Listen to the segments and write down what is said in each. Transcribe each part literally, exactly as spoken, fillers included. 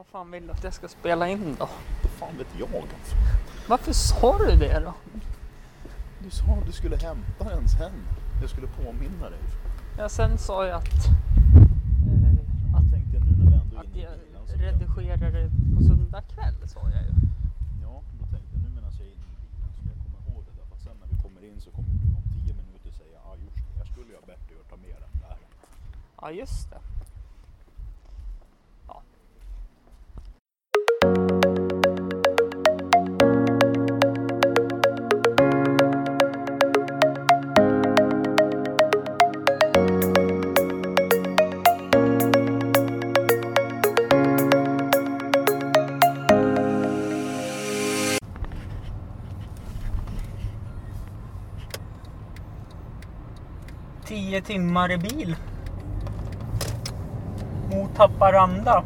Vad fan vill du att jag ska spela in då? Vad fan vet jag alltså? Varför sa du det då? Du sa att du skulle hämta den sen. Jag skulle påminna dig. Ja, sen sa jag att, eh, Jag tänkte nu när vi ändå är att inne i jag bilen så kan- redigerar det på söndag kväll, sa jag ju. Ja, då tänkte jag nu medan jag är inne i bilen så ska jag komma ihåg det där. För att sen när vi kommer in så kommer du om tio minuter säga ja ah, just det, jag skulle ju ha bett dig att ta med den där. Ja, just det. Ja. Tio timmar i bil mot Haparanda.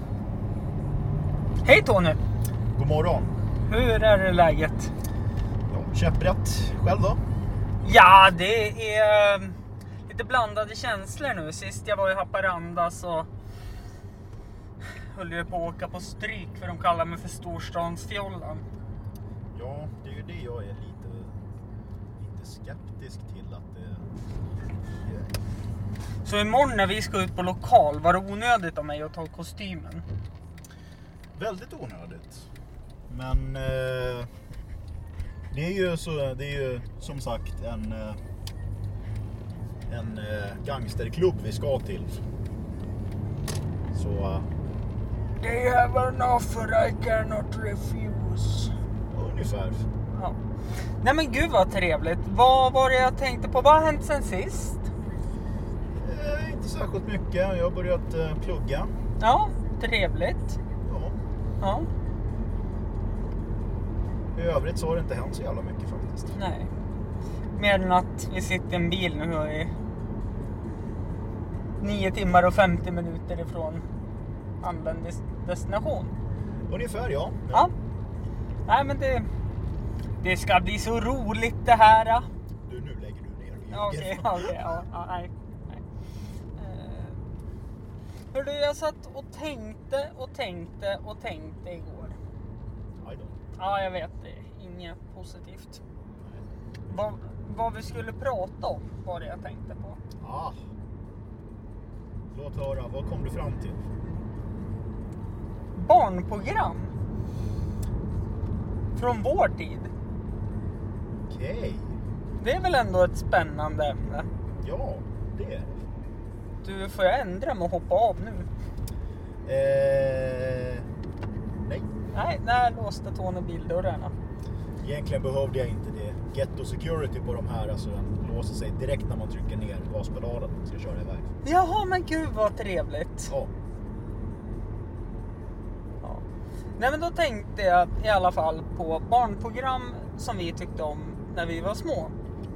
Hej Tony! God morgon. Hur är det läget? Ja, käpprätt. Själv då? Ja, det är eh, lite blandade känslor nu. Sist jag var i Haparanda så höll jag på att åka på stryk för de kallar mig för storstadsfjollan. Ja, det är ju det jag är lite, lite skeptisk till att det... Så imorgon när vi ska ut på lokal var det onödigt av mig att ta kostymen. Väldigt onödigt. Men eh, det är ju så, det är ju som sagt en eh, en eh, gangsterklubb vi ska till. Så eh, They have an offer I cannot refuse. ungefär. Ja. Nej men gud vad trevligt. Vad var det jag tänkte på? Vad har hänt sen sist? Eh, inte särskilt mycket. Jag har börjat eh, plugga. Ja, trevligt. Ja. Ja, I övrigt så har det inte hänt så jävla mycket faktiskt. nej. Mer än att vi sitter i en bil nu och är nio timmar och femtio minuter ifrån använd destination. Ungefär ja. Ja. Nej men det, det ska bli så roligt det här. Du, nu lägger du ner. Ja, okej, okay, okay, ja, ja, nej. nej. Uh, hördu, jag satt och tänkte och tänkte och tänkte igår. Aj då. Ja, jag vet det. Inget positivt. Vad, vad vi skulle prata om var det jag tänkte på. Ah. Låt höra, vad kom du fram till? Barnprogram. Från vår tid. Okej. Okay. Det är väl ändå ett spännande ämne. Ja, det är det. Du, får jag ändra mig och hoppa av nu? Eh, nej. Nej, där låste Tony bildörrarna. Egentligen behövde jag inte det. Ghetto security på de här, alltså den låser sig direkt när man trycker ner gaspedalen och ska köra iväg. Jaha, men gud vad trevligt. Ja. Ja. Nej men då tänkte jag i alla fall på barnprogram som vi tyckte om när vi var små.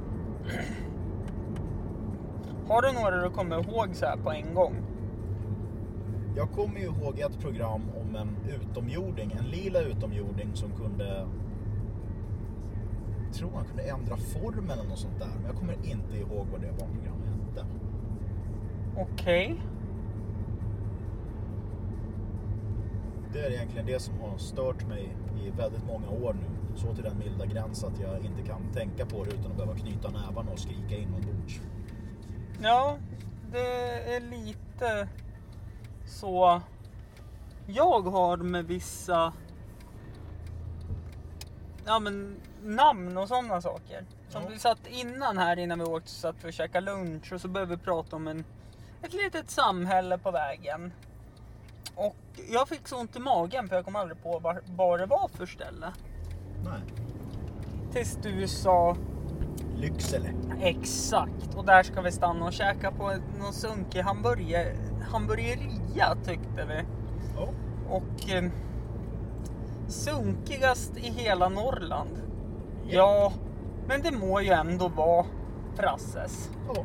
Har du några du kommer ihåg så här på en gång? Jag kommer ju ihåg ett program om en utomjording, en lila utomjording som kunde, jag tror han kunde ändra formen eller något sånt där, men jag kommer inte ihåg vad det barnprogrammet hette. Okej. Okay. Det är egentligen det som har stört mig i väldigt många år nu. Så till den milda gräns att jag inte kan tänka på det utan att behöva knyta nävarna och skrika inombords. Ja, det är lite så jag har med vissa ja, men, namn och sådana saker. Som Ja. vi satt innan här innan vi åkte så att vi käka lunch och så började vi prata om en, ett litet samhälle på vägen. Och jag fick så ont i magen för jag kom aldrig på var, var det var för ställe. Nej. Tills du sa Lycksele. exakt. Och där ska vi stanna och käka på någon sunkig hamburger, hamburgeria tyckte vi. Ja. Och eh, sunkigast i hela Norrland. Ja. Ja, men det må ju ändå vara Frasses. Ja.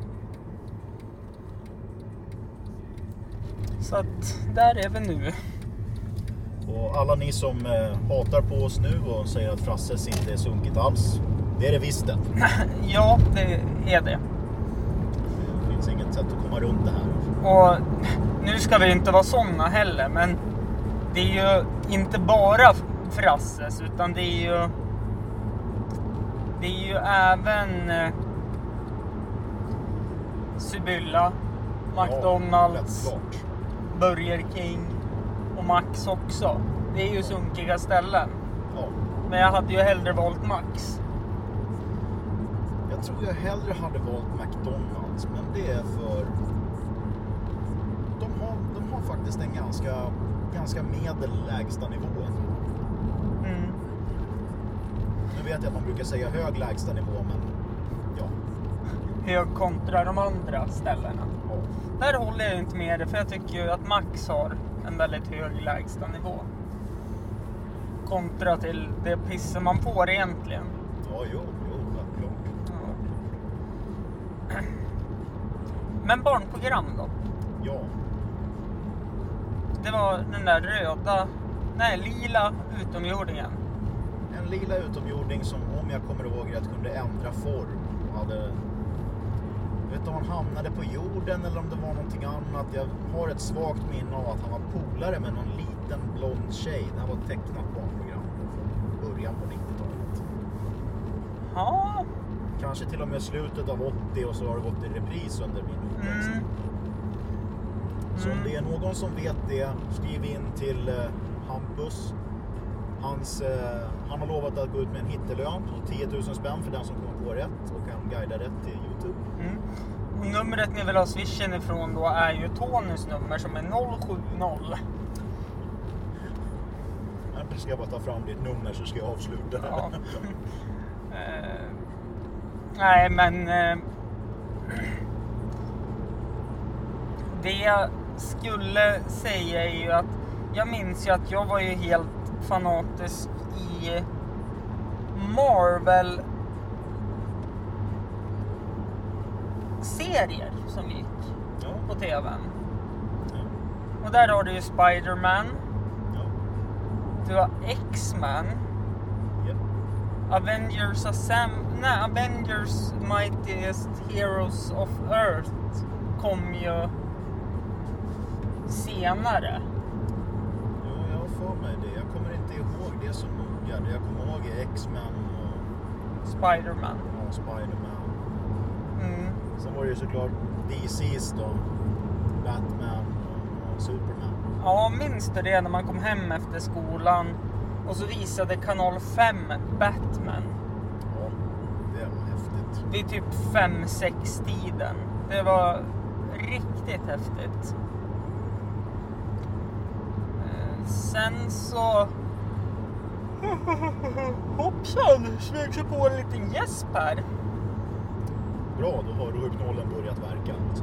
Så att där är vi nu. Och alla ni som eh, hatar på oss nu och säger att Frasses inte är sunkigt alls, det är det visst det. Ja, det är det. Det finns inget sätt att komma runt det här. Och nu ska vi inte vara såna heller, men det är ju inte bara Frasses, utan det är ju det är ju även eh, Sibylla, McDonalds, Ja, Burger King och Max också. Det är ju sunkiga ställen. ja. Men jag hade ju hellre valt Max. Jag tror jag hellre hade valt McDonalds, men det är för de har, de har faktiskt en ganska, ganska medellägsta nivå. Mm. Nu vet jag att man brukar säga hög lägsta nivå, men ja. Hög kontra de andra ställena. ja. Där håller jag ju inte med det, för jag tycker ju att Max har en väldigt hög lägsta nivå. Kontra till det pisser man får egentligen. Ja, jo, jo, självklart. Ja. Men barnprogram då? Ja, Det var den där röda, nej lila utomjordingen. en lila utomjording som, om jag kommer ihåg rätt, kunde ändra form. Och hade, jag vet inte om han hamnade på jorden eller om det var någonting annat. Jag har ett svagt minne av att han var polare med någon liten blond tjej. Det här var ett tecknat barnprogram från början på nittiotalet. Ja. Kanske till och med slutet av åttio, och så har det gått i repris under min uppväxt. Mm. Så om Mm. det är någon som vet det, skriv in till eh, Hampus. Hans, eh, han har lovat att gå ut med en hittelön på tio tusen spänn för den som kommer på rätt och kan guida rätt till YouTube. Mm. Och numret ni vill ha swishen ifrån då är ju Tonys nummer som är noll sju noll. Nu ska jag bara ta fram ditt nummer så ska jag avsluta. Ja. eh, nej men eh, det jag skulle säga är ju att jag minns ju att jag var ju helt fanatisk i Marvel serier som gick Ja. på tvn. Ja. Och där har du ju Spider-Man, Ja. du har X-Men, Ja. Avengers Assem- nej, Avengers Mightiest Heroes of Earth kom ju senare. Jo, jag har för mig det. Jag kommer inte ihåg det så noga. Det jag kommer ihåg är X-Men och Spider-Man. ja, Spider-Man. Mm. Sen var det ju såklart D C's då. Batman och, och Superman. Ja, minns du det när man kom hem efter skolan och så visade kanal fem Batman Ja, det var häftigt. vid typ fem sex tiden. Det var riktigt häftigt. Eh, Sen så hoppsan, smög sig på en liten gäsp här. Bra, då har rohypnolen börjat verka. Alltså.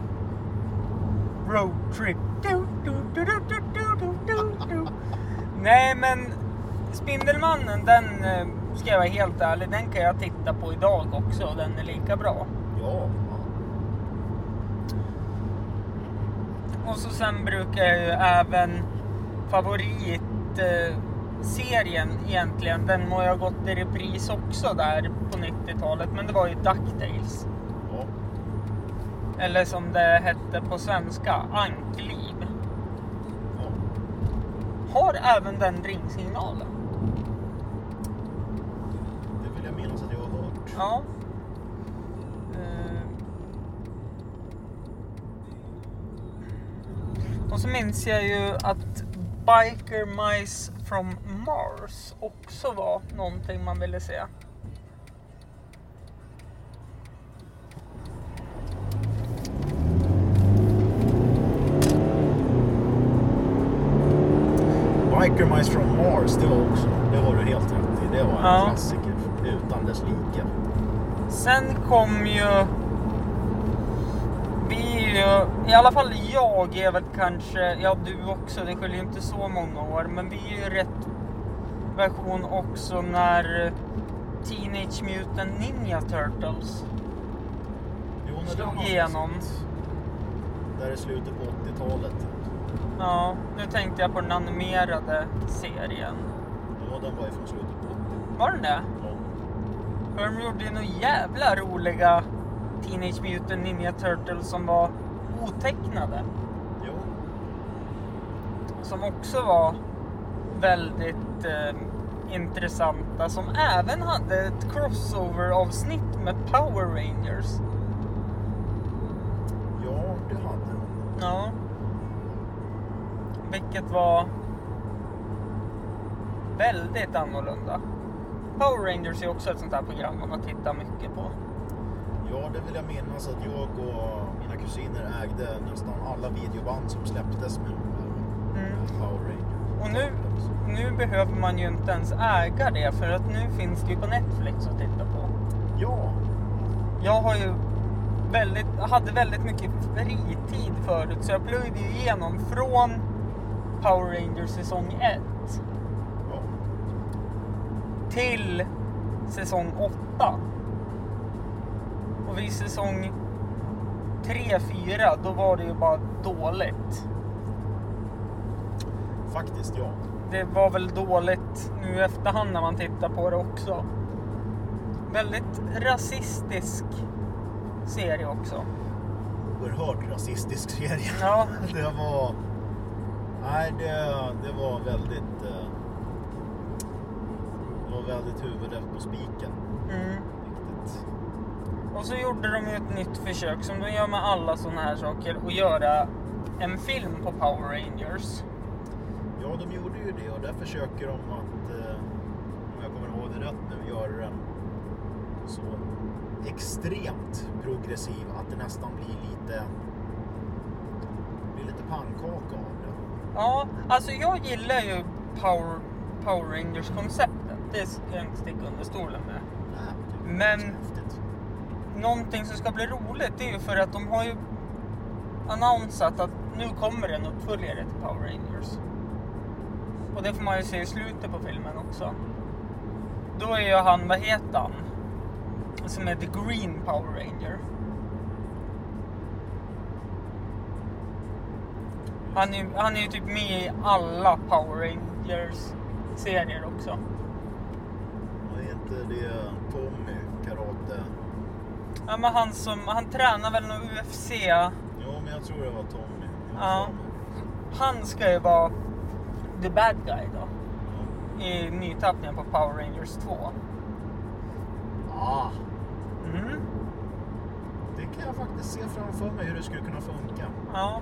Roadtrip. Du, du, du, du, du, du, du, du. Nej men Spindelmannen, den eh, ska jag vara helt ärlig, den kan jag titta på idag också och den är lika bra. Ja, ja. Och så sen brukar jag ju även favorit eh, serien egentligen, den må jag ha gått i repris också där på nittiotalet, men det var ju DuckTales. ja. Eller som det hette på svenska, Ankliv. ja. Har även den ringsignalen. Det vill jag minnas att jag har hört. Ja. Eh. Och så minns jag ju att Biker Mice from Mars också var någonting man ville se. Biker Mice from Mars, det var också, det var du helt rätt i. Det var en Ja. klassiker utan dess like. Sen kom ju vi är ju, i alla fall jag är väl kanske, ja du också, det skiljer ju inte så många år, men vi är ju rätt version också när Teenage Mutant Ninja Turtles Jo, när slog den har igenom. sett. Där i slutet på åttiotalet. Ja, nu tänkte jag på den animerade serien. Ja, den var ju från slutet på åttio. Var den det? Ja. För de gjorde ju några jävla roliga Teenage Mutant Ninja Turtles som var otecknade. Jo. som också var väldigt eh, intressanta, som även hade ett crossover-avsnitt med Power Rangers. Ja, det hade. Ja. Vilket var väldigt annorlunda. Power Rangers är också ett sånt här program man tittar mycket på. Ja, det vill jag minnas att jag och mina kusiner ägde nästan alla videoband som släpptes med mm. Power Rangers. Och nu, nu behöver man ju inte ens äga det, för att nu finns det ju på Netflix att titta på. Ja. Jag har ju väldigt, hade väldigt mycket fritid förut, så jag plöjde ju igenom från Power Rangers säsong ett ja. till säsong åtta. Och vid säsong tre fyra då var det ju bara dåligt. Faktiskt, ja. Det var väl dåligt nu i efterhand när man tittar på det också. Väldigt rasistisk serie också. Oerhört rasistisk serie. Ja. Det var... Nej, det, det var väldigt... eh, Det var väldigt huvudet på spiken. Mm. Riktigt. Och så gjorde de ju ett nytt försök som de gör med alla såna här saker, och göra en film på Power Rangers. Ja, de gjorde ju det, och där försöker de att, eh, om jag kommer ihåg det rätt nu, göra den så extremt progressiv att det nästan blir lite blir lite pannkaka av det. Ja, alltså jag gillar ju Power, Power Rangers-konceptet. Det ska jag inte sticka under stolen med. Nej, det är Men häftigt. någonting som ska bli roligt är ju för att de har ju annonsat att nu kommer en uppföljare till Power Rangers. Och det får man ju se i slutet på filmen också. Då är ju han, vad heter han? Som är The Green Power Ranger. Han är, han är ju typ med i alla Power Rangers-serier också. Och är inte det Tommy, karate? Ja, men han som, han tränar väl någon U F C. Jo, men jag tror det var Tommy. Ja. Han ska ju vara the bad guy då. I nytappningen på Power Rangers två. Ah, Mm. det kan jag faktiskt se framför mig hur det skulle kunna funka. Ja.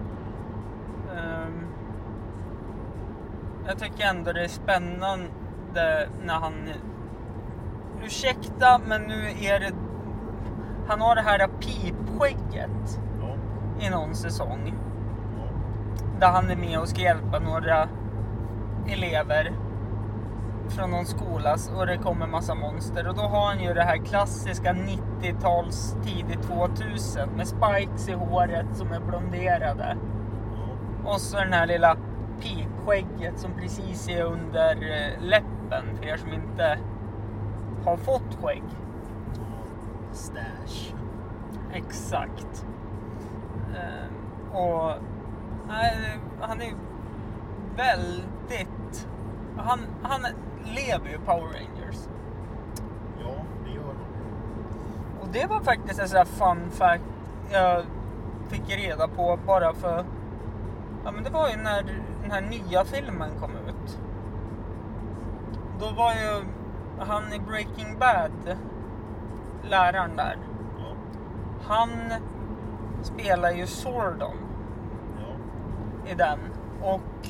Um, jag tycker ändå det är spännande när han... Ursäkta, men nu är det... Han har det här pipskägget Ja. i någon säsong. Ja. Där han är med och ska hjälpa några elever från någon skola, och det kommer massa monster. Och då har han ju det här klassiska nittio-tals, tidigt tvåtusen med spikes i håret som är blonderade. Och så den här lilla pipskägget som precis är under läppen, för er som inte har fått skägg. Stash. Exakt. Uh, och nej, han är väldigt... Han, han lever ju Power Rangers. Ja, det gör han. Och det var faktiskt en sån här fun fact jag fick reda på bara för... Ja, men det var ju när den här nya filmen kom ut. Då var ju han i Breaking Bad, läraren där. Ja. Han spelar ju Zordon Ja. i den. Och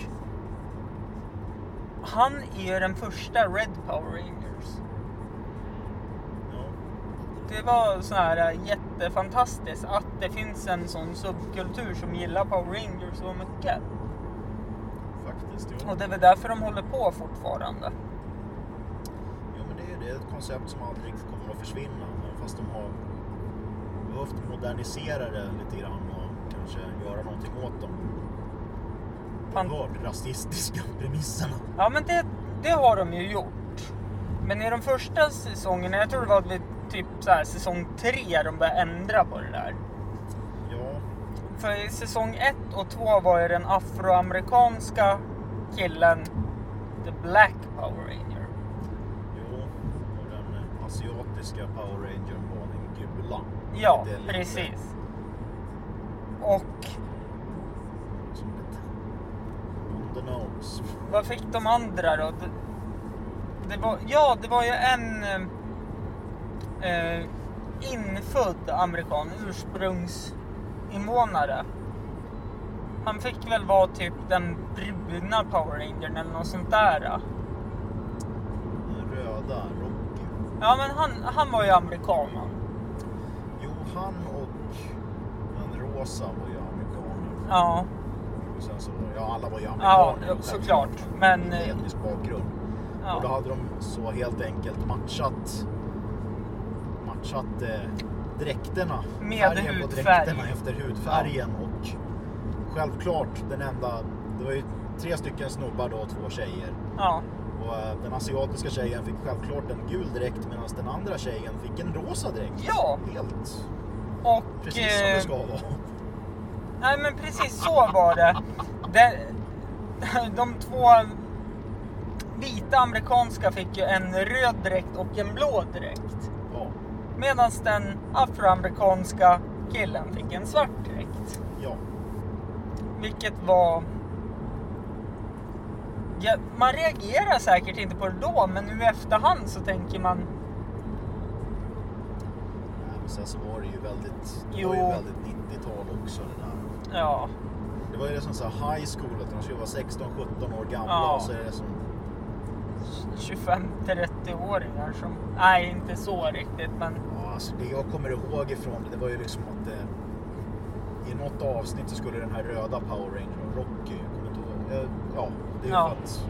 han är ju den första Red Power Rangers. Ja. Det var så här jättefantastiskt att det finns en sån subkultur som gillar Power Rangers så mycket. Faktiskt, ja. Och det är väl därför de håller på fortfarande. Ja, men det är ju det, ett koncept som aldrig kommer att försvinna. Fast de har behövt modernisera det lite grann och kanske göra någonting åt dem. Fan. Oerhört rasistiska premisserna. Ja, men det, det har de ju gjort. Men i de första säsongerna, jag tror det var vid typ så här, säsong tre de började ändra på det där. Ja. För i säsong ett och två var ju den afroamerikanska killen The Black Power Ranger. Jo, och den asiatiska Power Ranger var den gula. Ja, Det är lite- precis. Och som ett the nose. Vad fick de andra då? Det, det var, ja, det var ju en eh, infödd amerikan, ursprungsinvånare. Han fick väl vara typ den bruna Power Rangern eller något sånt där. Den röda, Rocky. Ja, men han, han var ju amerikan. Jo, han och den rosa var ju amerikaner. Ja. Och sen så, ja, alla var ju amerikaner. Ja, såklart. Men etnisk bakgrund. Ja. Och då hade de så helt enkelt matchat matchat eh, dräkterna. Med färgen på hudfärg. dräkterna efter hudfärgen. Ja. Och självklart den enda, det var ju tre stycken snubbar då och två tjejer. Ja. Och eh, den asiatiska tjejen fick självklart en gul dräkt medan den andra tjejen fick en rosa dräkt. Ja. Helt. Och Precis som det ska vara. Nej, men precis så var det. De, de två vita amerikanska fick ju en röd dräkt och en blå dräkt. Ja. Medan den afroamerikanska killen fick en svart dräkt. Ja. Vilket var... Ja, man reagerar säkert inte på det då, men nu i efterhand så tänker man... Ja, men sen så var det ju väldigt, det Jo. var ju väldigt nittiotal också det där. Ja. Det var ju det som så här high school, att de skulle vara sexton sjutton år gamla, Ja. och så är det som... tjugofem till trettio-åringar som... Nej, inte så riktigt, men... Ja, alltså det jag kommer ihåg ifrån det, det var ju liksom att eh, i något avsnitt så skulle den här röda Power Ranger, Rocky, jag kommer inte ihåg, eh, ja, det är ju Ja. för att...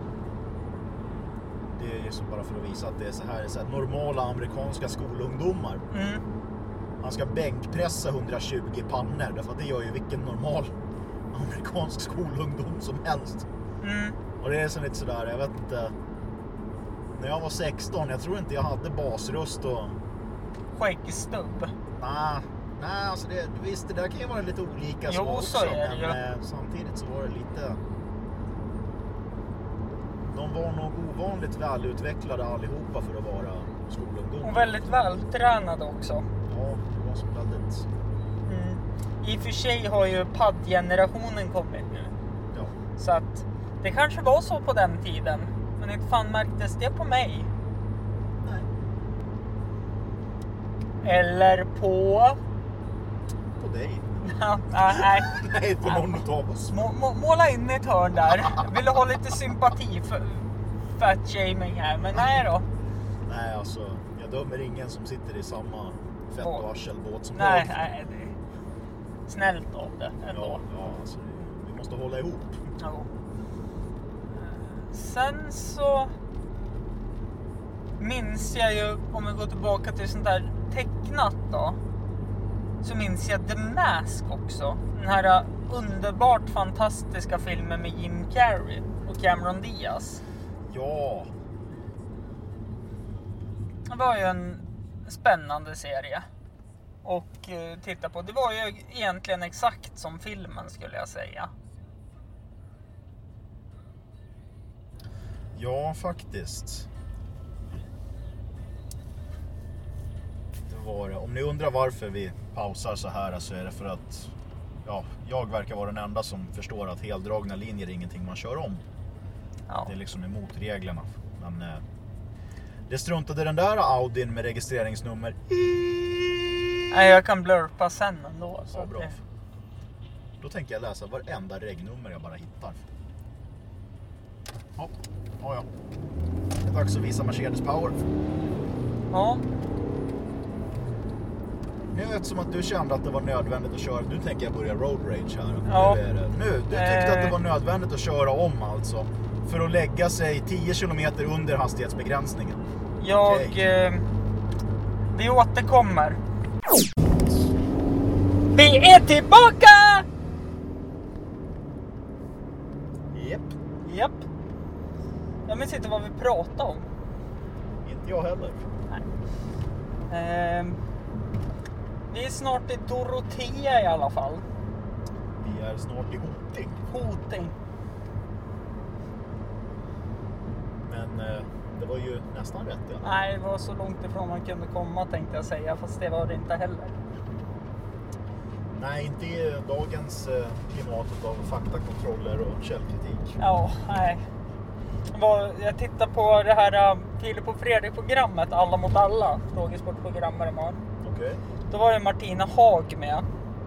Det är ju som bara för att visa att det är så här, så här normala amerikanska skolungdomar. Mm. Han ska bänkpressa hundratjugo pannor, därför att det gör ju vilken normal amerikansk skolungdom som helst. Mm. Och det är så lite sådär, jag vet inte. När jag var sexton, jag tror inte jag hade basröst och... Skäggstubb. Nej, nej alltså det, visst det där kan ju vara lite olika så Jo, också. så är det men ju. eh, samtidigt så var det lite... De var nog ovanligt välutvecklade allihopa för att vara skolungdomar. Och väldigt vältränade också. Ja, det var så väldigt... Mm. I och för sig har ju P A D-generationen kommit nu. Ja. Så att det kanske var så på den tiden. Men inte fan märktes det på mig. Nej. Eller på... På dig. nej, nej. Nej, på någon av oss. Må, må, måla in ett hörn där. Jag ville ha lite sympati för fat shaming här. Men nej då. Nej, alltså jag dömer ingen som sitter i samma fett och arselbåt som Nej, jag. nej. Det är snällt av det ändå. Ja, ja alltså, vi måste hålla ihop. Ja. Sen så minns jag ju, om vi går tillbaka till sånt där tecknat då, så minns jag The Mask också. Den här underbart fantastiska filmen med Jim Carrey och Cameron Diaz. Ja, Det var ju en spännande serie och eh, titta på. Det var ju egentligen exakt som filmen, skulle jag säga. ja faktiskt. Det var det. Om ni undrar varför vi pausar så här så är det för att ja, jag verkar vara den enda som förstår att heldragna linjer är ingenting man kör om. Ja. Det är liksom emot reglerna. Men eh, det struntade den där Audin med registreringsnummer. Nej, jag kan blurpa sen ändå. Så Ja, att bra. det... Då tänker jag läsa varenda regnummer jag bara hittar. Ja, ja, ja. Det är dags att visa Mercedes Power. Ja. Nu är det som att du kände att det var nödvändigt att köra. Nu tänker jag börja road rage här. Ja. Nu, är det. Nu, du tyckte att det var nödvändigt att köra om alltså. För att lägga sig tio kilometer under hastighetsbegränsningen. Jag... Okej. Eh, vi återkommer. Vi är tillbaka! Japp. Japp. Jag minns inte vad vi pratade om. Inte jag heller. Eh, vi är snart i Dorotea i alla fall. Vi är snart i Hoting. Hoting. Men eh, det var ju nästan rätt i alla fall. Nej, det var så långt ifrån man kunde komma, tänkte jag säga. Fast det var det inte heller. Nej, inte i dagens eh, klimatet av faktakontroller och källkritik. Ja, nej. Jag tittar på det här uh, Filip och Fredrik-programmet Alla mot alla, frågesportprogrammet de har. Okej. Okay. Då var ju Martina Haag med.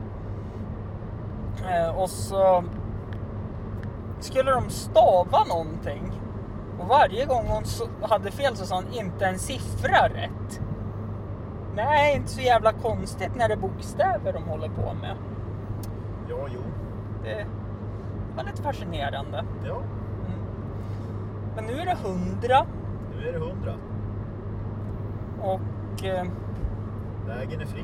Eh, och så skulle de stava någonting. Och varje gång hon så, hade fel så sa hon inte en siffra rätt. Nej, inte så jävla konstigt när det är bokstäver de håller på med. Ja, jo. Det var lite fascinerande. Ja. Mm. Men nu är det hundra. Nu är det hundra. Och... Eh, vägen är fri.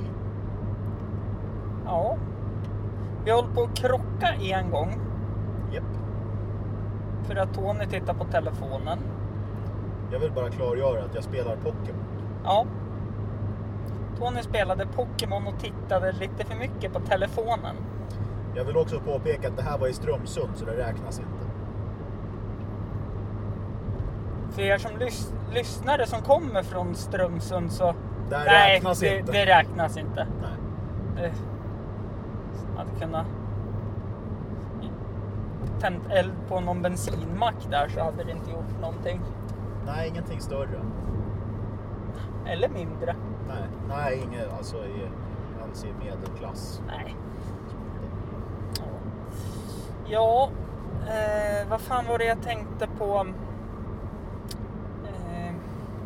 Ja. Vi har hållit på att krocka en gång. Japp. För att Tony tittar på telefonen. Jag vill bara klargöra att jag spelar Pokémon. Ja. Tony spelade Pokémon och tittade lite för mycket på telefonen. Jag vill också påpeka att det här var i Strömsund, så det räknas inte. För er som lys- lyssnare som kommer från Strömsund så... Där nej, räknas det, inte. det räknas inte. Nej. Eh, att kunna tänt eld på någon bensinmack där så hade det inte gjort någonting. Nej, ingenting större. Eller mindre. Nej, nej, inget alltså i, alls i medelklass. Nej. Ja, eh, vad fan var det jag tänkte på? Eh,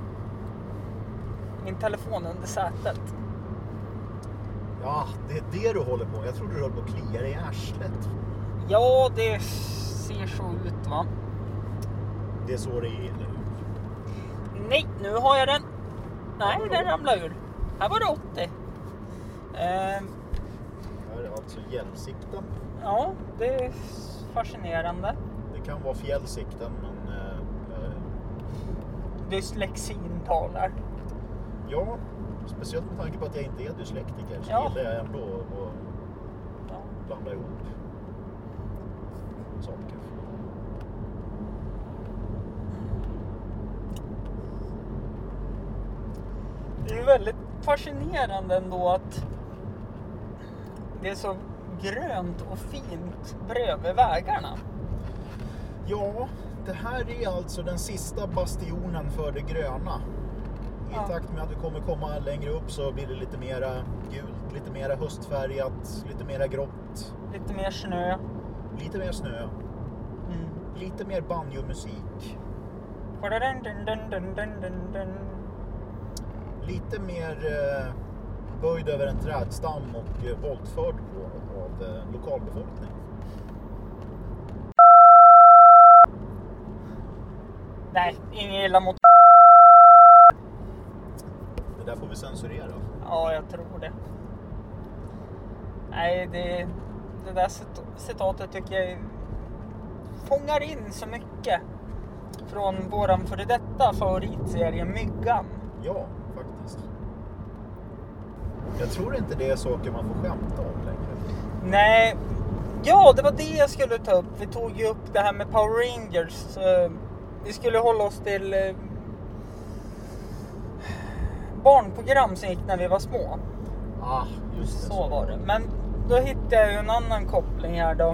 min telefon under sätet. Ja, det är det du håller på. Jag trodde du höll på att klia dig i arslet. Ja, det ser så ut, va? Det är så det är, eller hur? Nej, nu har jag den. Nej, den ramlade ur. Här var det åttio. Eh, Här är alltså gällsikten. ja, det är fascinerande. Det kan vara fjällsikten, men... Eh, eh, Dyslexin talar. ja, speciellt med tanke på att jag inte är dyslektiker så Ja. gillar jag ändå att Ja. blanda ihop saker. Det är ju väldigt fascinerande ändå att det är så grönt och fint bredvid vägarna. Ja, det här är alltså den sista bastionen för det gröna. I Ja. takt med att vi kommer komma längre upp så blir det lite mera gult, lite mera höstfärgat, lite mera grått, Lite mer snö. lite mer snö, Mm. lite mer banjomusik, lite mer eh, böjd över en trädstam och eh, våldförd på av eh, lokalbefolkning. Nej, ingen illa mot... Det där får vi censurera. Ja, jag tror det. Nej, det, det där cit- citatet tycker jag fångar in så mycket från våran före detta favoritserie Myggan. Ja, faktiskt. Jag tror inte det är saker man får skämta om längre. Nej, ja, det var det jag skulle ta upp. Vi tog ju upp det här med Power Rangers. Vi skulle hålla oss till eh, barnprogram som gick när vi var små. Ah, just det. Så var det. Men då hittade jag ju en annan koppling här då.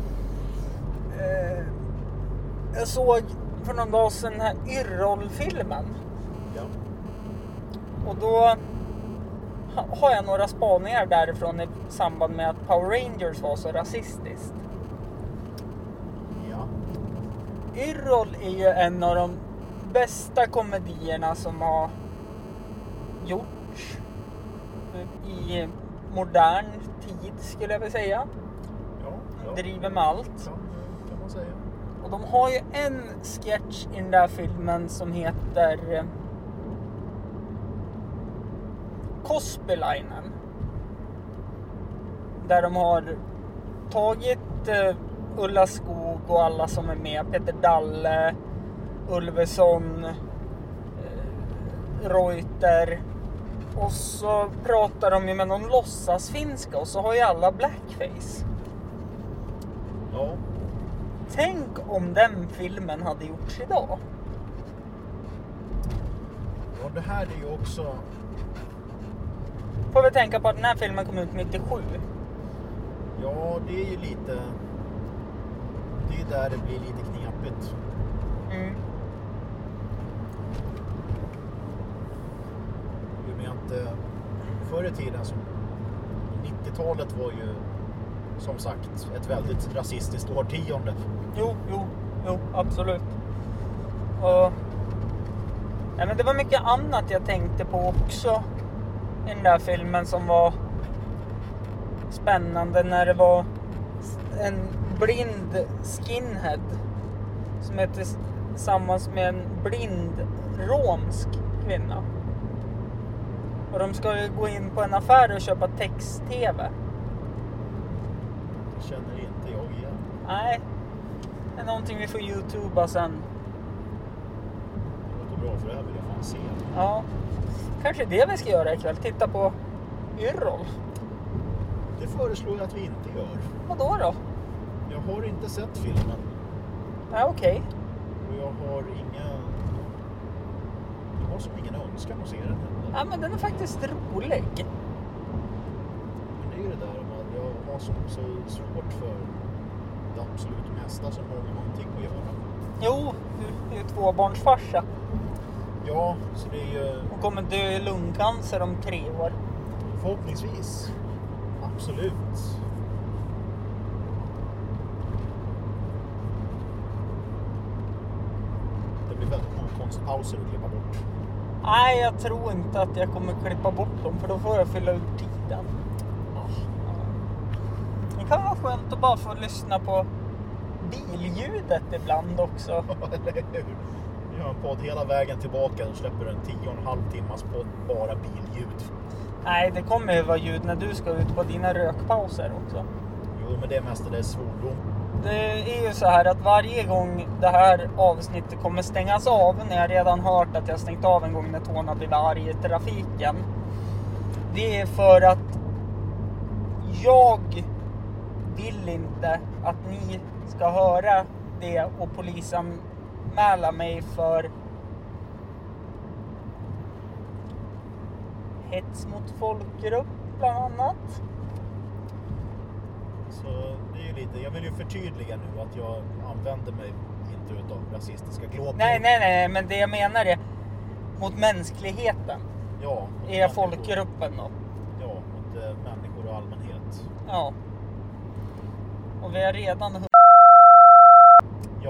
Eh, jag såg för någon dag sedan den här Yrrol-filmen. Ja. Och då ha- har jag några spaningar därifrån i samband med att Power Rangers var så rasistiskt. Ja. Yrrol är ju en av de bästa komedierna som har gjorts i modern tid, skulle jag vilja säga. Ja, ja. Driver med allt. Kan, kan man säga. Och de har ju en sketch i den där filmen som heter eh, Cosbylainen. Där de har tagit eh, Ulla Skog och alla som är med. Peter Dalle, Ulveson, eh, Reuter. Och så pratar de ju med någon låtsasfinska och så har ju alla blackface. Ja. Tänk om den filmen hade gjorts idag. Ja, det här är ju också... Får vi tänka på att den här filmen kom ut nittiosju. Ja, det är ju lite... Det är där det blir lite knepigt. Mm. I och med att eh, förr i tiden, som nittiotalet var ju som sagt ett väldigt rasistiskt årtionde. Jo, jo, jo, absolut. Och, nej, men det var mycket annat jag tänkte på också i den där filmen som var spännande, när det var en blind skinhead som hette tillsammans med en blind romsk kvinna. Och de ska ju gå in på en affär och köpa text-tv. Det känner inte jag igen. Nej, det är någonting vi får YouTubea sen. Det låter bra, för det här vill jag fan se. Ja, kanske det vi ska göra ikväll. Titta på Yrrol. Det föreslår jag att vi inte gör. Vadå då? Jag har inte sett filmen. Ja, okej. Okay. Och jag har inga... Jag har som ingen önskan att se den heller. Ja, men den är faktiskt rolig. Men det är ju det där med att jag har så, så svårt för det absolut mesta som har med någonting att göra. Jo, du är ju tvåbarnsfarsa. Ja, så det är ju... Och kommer dö i lungcancer om tre år. Förhoppningsvis. Absolut. Det blir väldigt många konstpauser att klippa bort. Nej, jag tror inte att jag kommer klippa bort dem, för då får jag fylla ut tiden. Det kan vara skönt att bara få lyssna på billjudet ibland också. Eller hur? Vi har en podd hela vägen tillbaka och släpper en tio och en halv timmas podd bara billjud. Nej, det kommer ju vara ljud när du ska ut på dina rökpauser också. Jo, men det är mestadels svordom. Det är ju så här att varje gång det här avsnittet kommer stängas av, när jag redan hört att jag stängt av en gång när Tony blir arg i trafiken, det är för att jag vill inte att ni ska höra det och polisanmäla mig för hets mot folkgrupp bland annat. Så det är ju lite, jag vill ju förtydliga nu att jag använder mig inte utav rasistiska glåpord. Nej, nej, nej, men det jag menar är mot mänskligheten. Ja. Är folkgruppen då? Ja, mot äh, människor och allmänhet. Ja. Och vi har redan... Ja.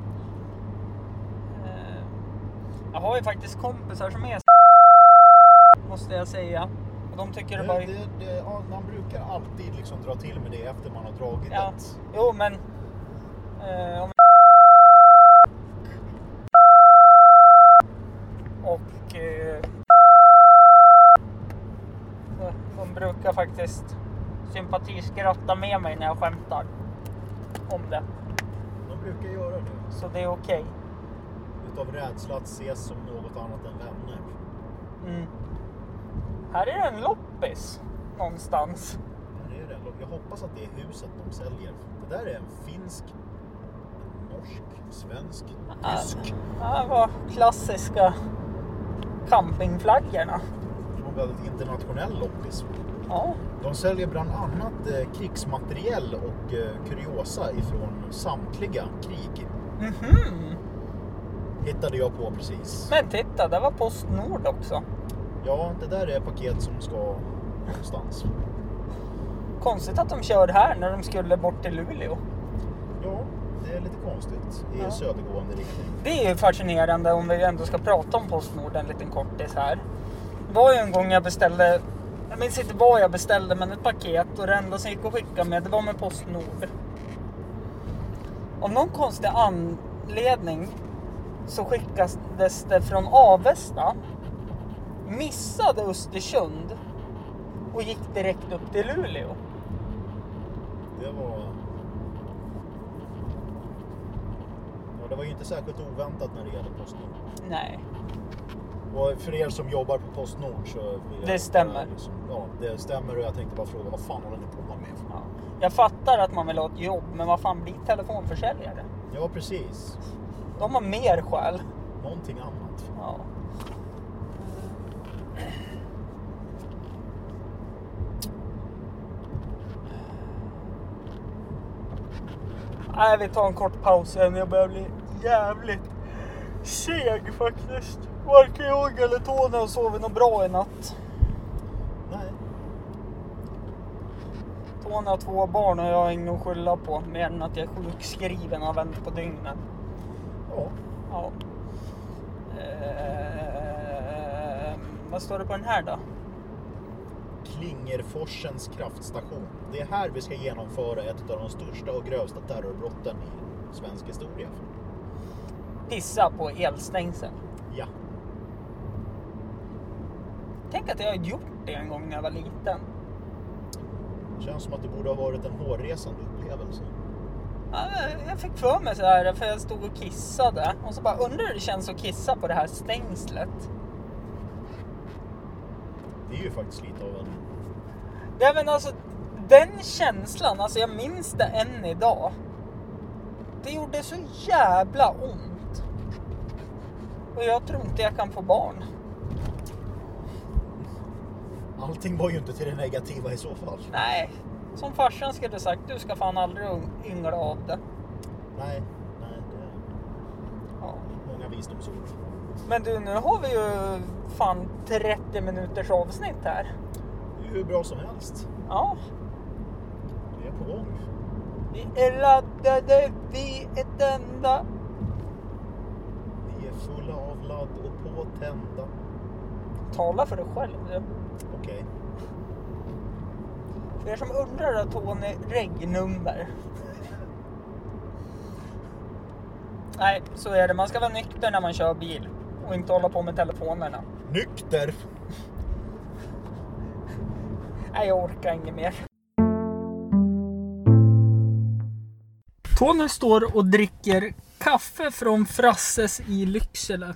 Eh, jag har ju faktiskt kompisar som är måste jag säga. Och de tycker det, det bara... Det, det, ja, man brukar alltid liksom dra till med det efter man har dragit ja. ett... Jo, men... Eh, om... Och... Eh, de brukar faktiskt sympatiskratta med mig när jag skämtar om det. De brukar göra det. Så det är okej. Utav rädsla att ses som något annat än vänner. Mm. Här är det en loppis någonstans. Det är det. Jag hoppas att det är huset de säljer. Det där är en finsk, en norsk, svensk, tysk. Ja, det var klassiska campingflaggorna. Det var väldigt internationell loppis. Ja. De säljer bland annat eh, krigsmateriel och eh, kuriosa ifrån samtliga krig. Mhm. Hittade jag på precis. Men titta, det var Postnord också. Ja, det där är paket som ska någonstans. Konstigt att de kör här när de skulle bort till Luleå. Ja, det är lite konstigt i Ja. södergående riktning. Det är ju fascinerande om vi ändå ska prata om Postnord en liten kortis här. Det var ju en gång jag beställde, jag minns inte vad jag beställde, men ett paket, och det enda som gick att skicka med, det var med Postnord. Av någon konstig anledning så skickades det från Avesta, missade Östersund och gick direkt upp till Luleå. Det var... Ja, det var ju inte särskilt oväntat när det gäller Postnord. Nej. Och för er som jobbar på Postnord så... Det stämmer. Liksom, ja, det stämmer, och jag tänkte bara fråga, vad fan håller ni på med? Ja. Jag fattar att man vill ha ett jobb, men vad fan blir telefonförsäljare? Ja, precis. De har mer skäl. Någonting annat. Ja. Nej, vi tar en kort paus igen. Jag börjar bli jävligt seg faktiskt. Varken jag eller Tony har sovit något bra i natt. Nej. Tony har två barn och jag har inget att skylla på. Mer än att jag är sjukskriven och har vänt på dygnen. Ja. Ja. Eh, vad står det på den här då? Klingerforsens kraftstation. Det är här vi ska genomföra ett av de största och grövsta terrorbrotten i svensk historia. Pissa på elstängsel. Ja. Tänk att jag har gjort det en gång när jag var liten. Känns som att det borde ha varit en hårresande upplevelse. Ja, jag fick för mig så här för jag stod och kissade. Och så bara undrar hur det känns att kissa på det här stängslet. Det är ju faktiskt lite av en... Ja, men alltså, den känslan, alltså jag minns det än idag. Det gjorde så jävla ont. Och jag tror inte jag kan få barn. Allting var ju inte till det negativa i så fall. Nej, som farsan skulle sagt, du ska fan aldrig yngla av det. Nej, nej, det är Ja. många visdomsord. Men du, nu har vi ju fan trettio minuters avsnitt här. Det är hur bra som helst. Ja. Det är på gång. Vi är laddade, vi är tända. Vi är fulla av ladd och påtända. Tala för dig själv du. Okej. För er som undrar att Tony regnummer. Nej, så är det. Man ska vara nykter när man kör bil. Och inte hålla på med telefonerna. Nykter! Nej, jag orkar inget mer. Tony står och dricker kaffe från Frasses i Lycksele.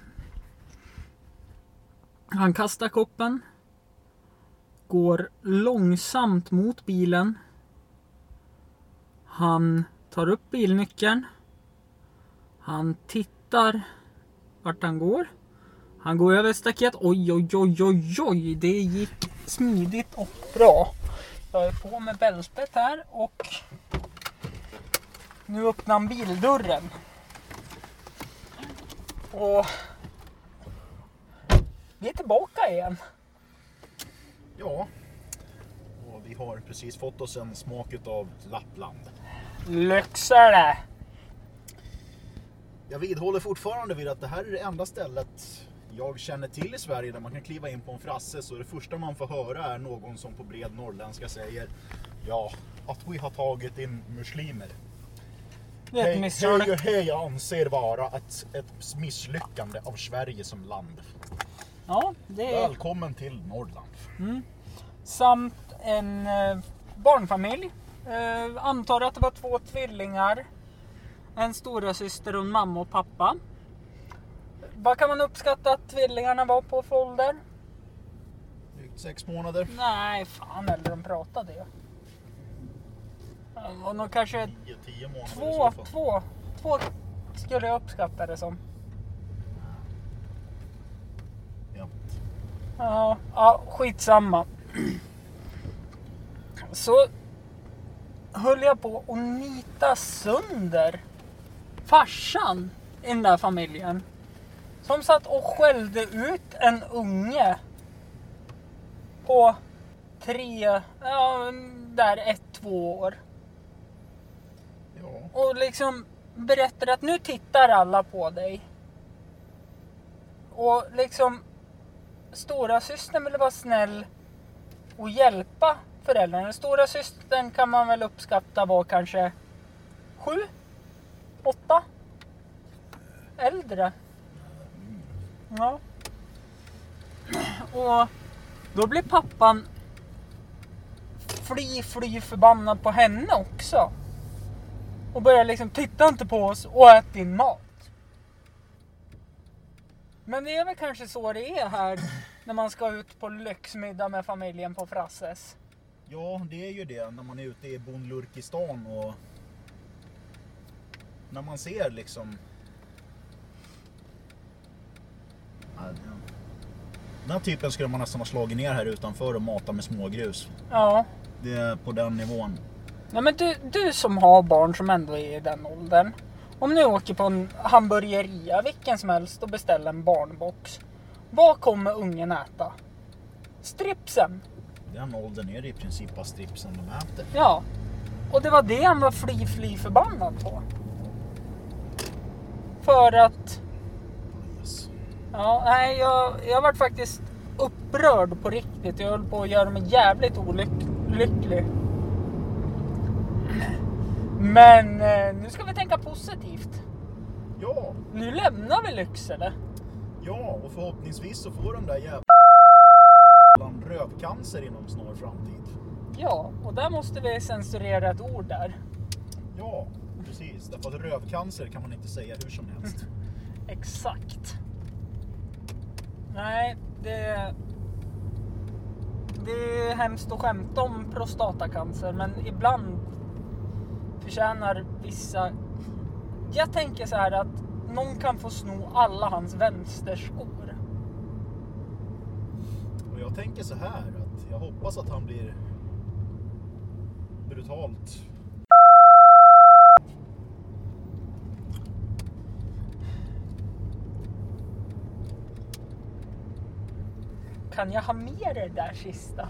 Han kastar koppen. Går långsamt mot bilen. Han tar upp bilnyckeln. Han tittar vart han går. Han går över staket. Oj, oj, oj, oj, oj. Det gick smidigt och bra. Jag är på med bältet här och nu öppnar han bildörren. Och vi är tillbaka igen. Ja. Och vi har precis fått oss en smak av Lappland. Lycksele. Jag vidhåller fortfarande vid att det här är det enda stället jag känner till i Sverige där man kan kliva in på en frasse, så det första man får höra är någon som på bred norrländska säger ja, att vi har tagit in muslimer. Det är ett Hej, misslyckande. hej, hej, jag anser vara ett, ett misslyckande av Sverige som land. Ja, det är Välkommen till Norrland. mm. Samt en eh, barnfamilj. Eh, antar att det var två tvillingar. En stora syster och en mamma och pappa. Vad kan man uppskatta att tvillingarna var på för ålder? Drygt sex månader. Nej, fan eller de pratade ju. Och nog kanske Nio, tio månader i två, så fall. två, två skulle jag uppskatta det som. Ja. Ja, ja, skitsamma. Så höll jag på att nita sönder farsan i den där familjen. Som satt och skällde ut en unge på tre, ja, där ett, två år. Ja. Och liksom berättade att nu tittar alla på dig. Och liksom stora systern ville vara snäll och hjälpa föräldrarna. Stora systern kan man väl uppskatta var kanske sju, åtta, äldre. Ja. Och då blir pappan fly, fly förbannad på henne också. Och börjar liksom, titta inte på oss och ät din mat. Men det är väl kanske så det är här när man ska ut på lyxmiddag med familjen på Frasses. Ja, det är ju det när man är ute i Bonlurkistan och när man ser liksom den här typen skulle man nästan ha slagit ner här utanför och mata med smågrus. Ja. Det är på den nivån. Ja, men du, du som har barn som ändå är i den åldern. Om ni åker på en hamburgeria, vilken som helst, och beställer en barnbox. Vad kommer ungen äta? Stripsen. Den åldern är det i princip bara stripsen de äter. Ja. Och det var det han var fly fly förbannad på. För att... Yes. Ja, nej, jag, jag var faktiskt upprörd på riktigt. Jag höll på att göra mig jävligt olycklig. Men eh, nu ska vi tänka positivt. Ja. Nu lämnar vi Lycksele. Ja, och förhoppningsvis så får de där jävla rövcancer inom snar framtid. Ja, och där måste vi censurera ett ord där. Ja, precis. Därför att rövcancer kan man inte säga hur som helst. Exakt. Nej, det... Det är hemskt att skämta om prostatacancer, men ibland förtjänar vissa... Jag tänker så här att någon kan få sno alla hans vänsterskor. Och jag tänker så här att jag hoppas att han blir brutalt. Kan jag ha med det där sista?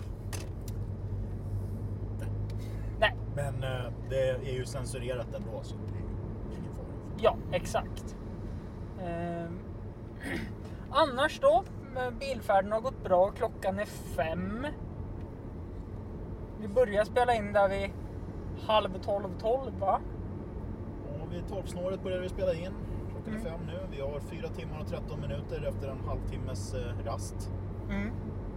Nej. Men eh, det är ju censurerat ändå, så det är ingen fara. Ja, exakt. Ehm. Annars då? Bilfärden har gått bra. Klockan är fem. Vi börjar spela in där vid halv tolv, tolv va? Och vid tolvsnåret börjar vi spela in. Klockan är Mm. fem nu. Vi har fyra timmar och tretton minuter efter en halvtimmes eh, rast. Mm.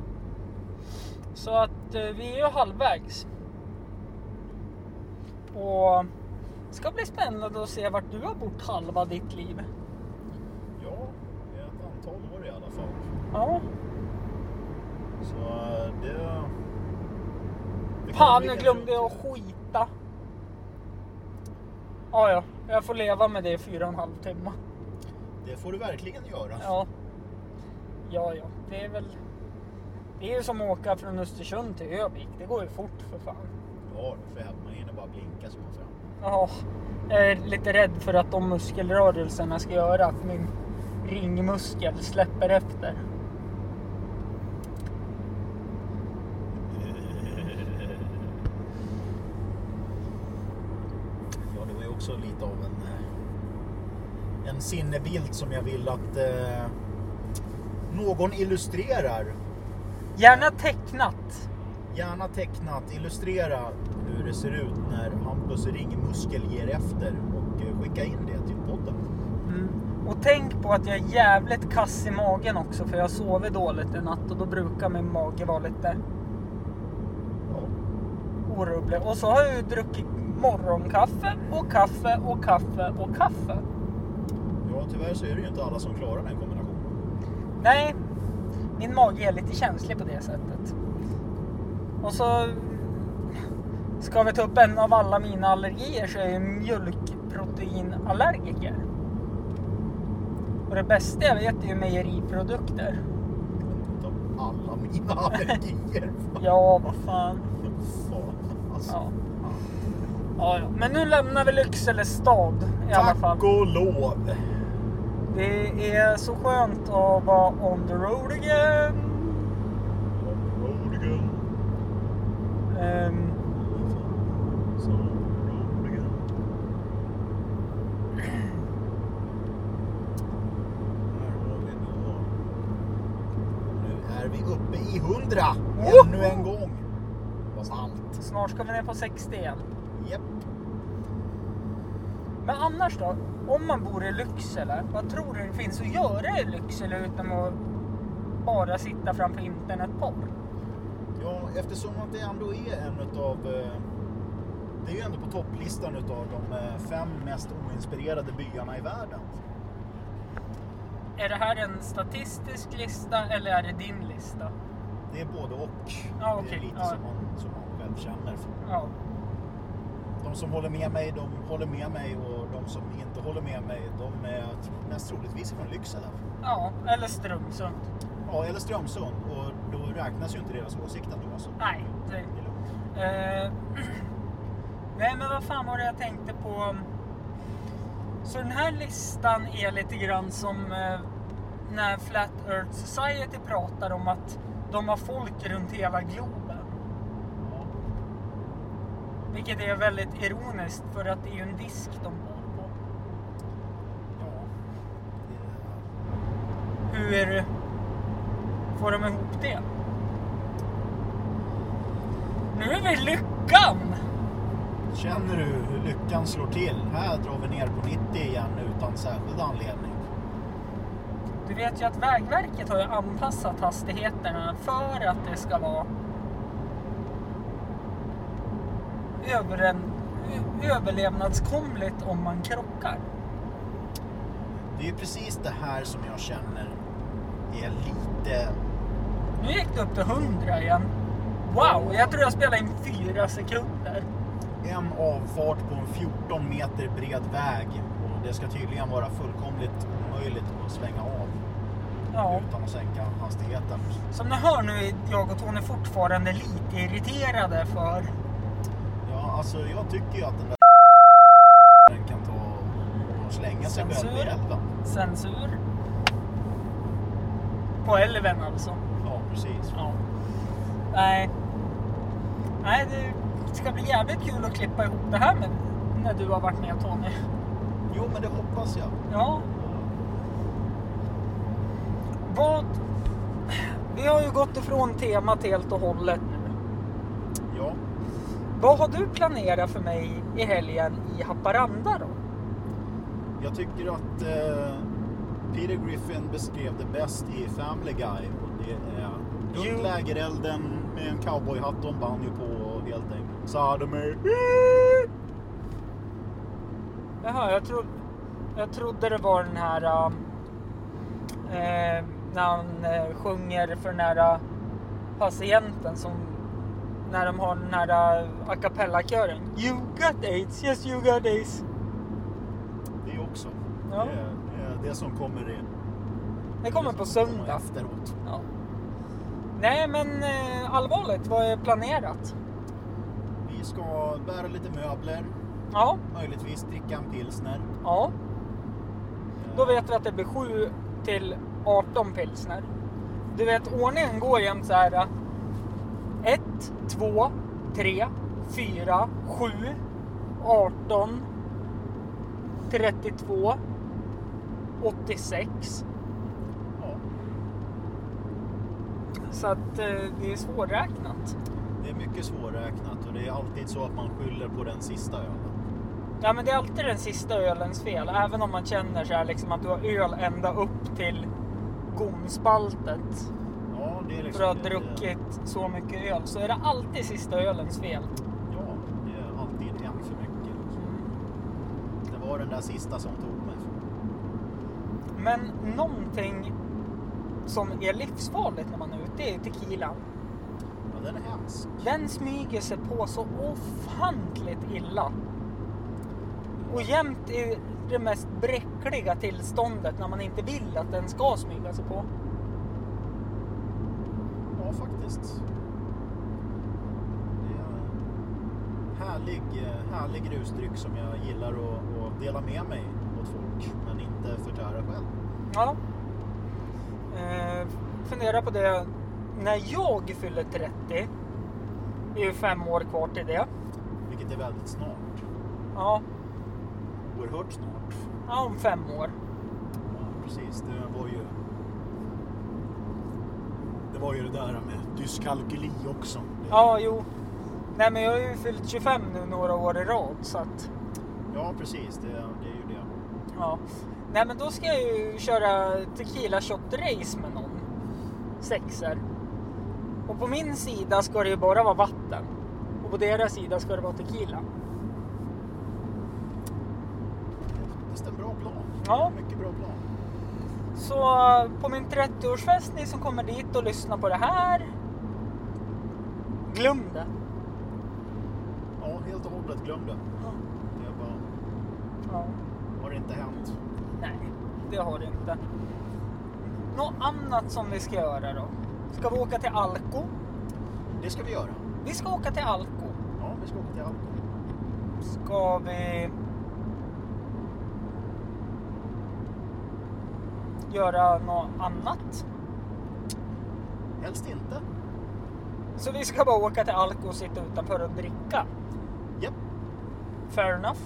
Så att eh, vi är ju halvvägs. Och det ska bli spännande att se vart du har bott halva ditt liv. Ja, det är ett antal år i alla fall. Ja. Så eh, det... det kan Fan, bli nu en glömde jag rolig- att skita. Ja, ja. Jag får leva med det i fyra och en halv timme. Det får du verkligen göra. Ja. Ja, ja. Det är väl... Det är ju som att åka från Östersund till Övik. Det går ju fort för fan. Ja, för man hinner bara blinka så man fram. Ja. Jag är lite rädd för att de muskelrörelserna ska göra att min ringmuskel släpper efter. Ja, det var ju också lite av en, eh, en sinnebild som jag vill att eh, någon illustrerar. Gärna tecknat. Gärna tecknat, illustrera hur det ser ut när Hampus ringmuskel ger efter och eh, skicka in det till podden. Mm. Och tänk på att jag är jävligt kass i magen också, för jag sover dåligt i natt och då brukar min mage vara lite Ja. orubblig. Och så har jag ju druckit morgonkaffe och kaffe och kaffe och kaffe. Ja, tyvärr så är det ju inte alla som klarar den kombinationen. Nej, min mage är lite känslig på det sättet. Och så ska vi ta upp en av alla mina allergier, så är jag mjölkproteinallergiker. Och det bästa jag vet är ju mejeriprodukter. Utav alla mina allergier. Ja, vad fan. Fan, alltså. Ja. Ja, ja. Men nu lämnar vi Lycksele stad i alla fall. Tack och lov. Det är så skönt att vara on the road again. Road again. Um, Så, road again. Här har vi då. Nu är vi uppe i hundra. Ännu en gång. Vad allt. snart ska vi ner på sextio igen. Japp. Men annars då? Om man bor i Lycksele, vad tror du det finns att göra i Lycksele utan att bara sitta framför internetporr? Ja, eftersom att det ändå är en utav... eh, Det är ju ändå på topplistan utav de eh, fem mest oinspirerade byarna i världen. Är det här en statistisk lista eller är det din lista? Det är både och. Ja, Det okej. är lite Ja. som, man, som man själv känner. Ja. De som håller med mig, de håller med mig. Och de som inte håller med mig, de är mest troligtvis från Lycksele. Ja, eller Strömsund. Ja, eller Strömsund. Och då räknas ju inte deras åsikt ändå. Så Nej, det... det är lugnt. Eh, Nej, men vad fan var det jag tänkte på? Så den här listan är lite grann som eh, när Flat Earth Society pratar om att de har folk runt hela globen. Ja. Vilket är väldigt ironiskt, för att det är ju en disk de bor på. Ja. Hur får de ihop det? Nu är vi lyckan! Känner du hur lyckan slår till? Här drar vi ner på nittio igen utan särskild anledning. Du vet ju att Vägverket har ju anpassat hastigheterna för att det ska vara över en, överlevnadskomligt om man krockar. Det är ju precis det här som jag känner är lite... Nu gick det upp till hundra igen. Wow, jag tror jag spelade in fyra sekunder. En avfart på en fjorton meter bred väg. Och det ska tydligen vara fullkomligt omöjligt att svänga av. Ja. Utan att sänka hastigheten. Som ni hör nu är jag och Tony fortfarande lite irriterade för... Ja, alltså jag tycker ju att den där den kan ta och slänga sig Censur. själv i älven. Censur. På älven alltså. Ja, precis. Ja. Nej. Nej, det ska bli jävligt kul att klippa ihop det här med när du har varit med, Tony. Jo, men det hoppas jag. Ja. Vad... Vi har ju gått ifrån temat helt och hållet nu. Ja. Vad har du planerat för mig i helgen i Haparanda då? Jag tycker att eh, Peter Griffin beskrev det bäst i Family Guy. Och det är Jo. runt lägerelden med en cowboyhatt och en banjo på och helt enkelt. Sodomy. Jaha, jag, tro, jag trodde det var den här... Äh, när han äh, sjunger för den här äh, patienten som... När de har den här äh, a cappella-kören. You got AIDS, yes you got AIDS. Det också. Ja. Det, är, det är det som kommer i... Det kommer på söndag. Efteråt. Ja. Nej, men äh, allvarligt, vad är planerat? Vi ska bära lite möbler. Ja, Möjligtvis dricka en pilsner. ja. Då vet vi att det blir sju till arton pilsner. Du vet, ordningen går jämt så här. ett, två, tre, fyra, sju, arton, trettiotvå, åttiosex. Ja. Så att eh, det är svårräknat. Det är mycket svårräknat och det är alltid så att man skyller på den sista ölen. Ja, men det är alltid den sista ölens fel. Även om man känner så här, liksom, att du har öl ända upp till gomspaltet. Ja, det är liksom... För att ha det- druckit så mycket öl, så är det alltid sista ölens fel. Ja, det är alltid en för mycket. Det var den där sista som tog mig. Men någonting som är livsfarligt när man är ute är tequilan. Ja, den är hemsk. Den smyger sig på så ofantligt illa. Och jämt i det mest bräckliga tillståndet när man inte vill att den ska smyga sig på. Ja, faktiskt. Det är en härlig, härlig rusdryck som jag gillar att, att dela med mig åt folk, men inte förtära själv. Ja. Eh, fundera på det. När jag fyller trettio, det är ju fem år kvar till det. Vilket är väldigt snart. Ja, Oerhört snart. ja om fem år. Ja, precis. Det var ju... Det var ju det där med dyskalkyli också. Ja, jo. Nej, men jag har ju fyllt tjugofem nu några år i rad, så att... Ja, precis. Det, det är ju det. Ja. Nej, men då ska jag ju köra tequila shot race med någon. Sexer. Och på min sida ska det ju bara vara vatten. Och på deras sida ska det vara tequila. Det är en bra plan. Ja. Mycket bra plan. Så på min trettioårsfest, ni som kommer dit och lyssnar på det här, glöm det. Ja, helt och hållet glöm det. Ja. Det är bara... Ja. Har det inte hänt? Nej, det har det inte. Något annat som vi ska göra då? Ska vi åka till Alko? Det ska vi göra. Vi ska åka till Alko. Ja, vi ska åka till Alko. Ska vi göra något annat? Helst inte. Så vi ska bara åka till Alko och sitta utanför och dricka? Japp. Fair enough.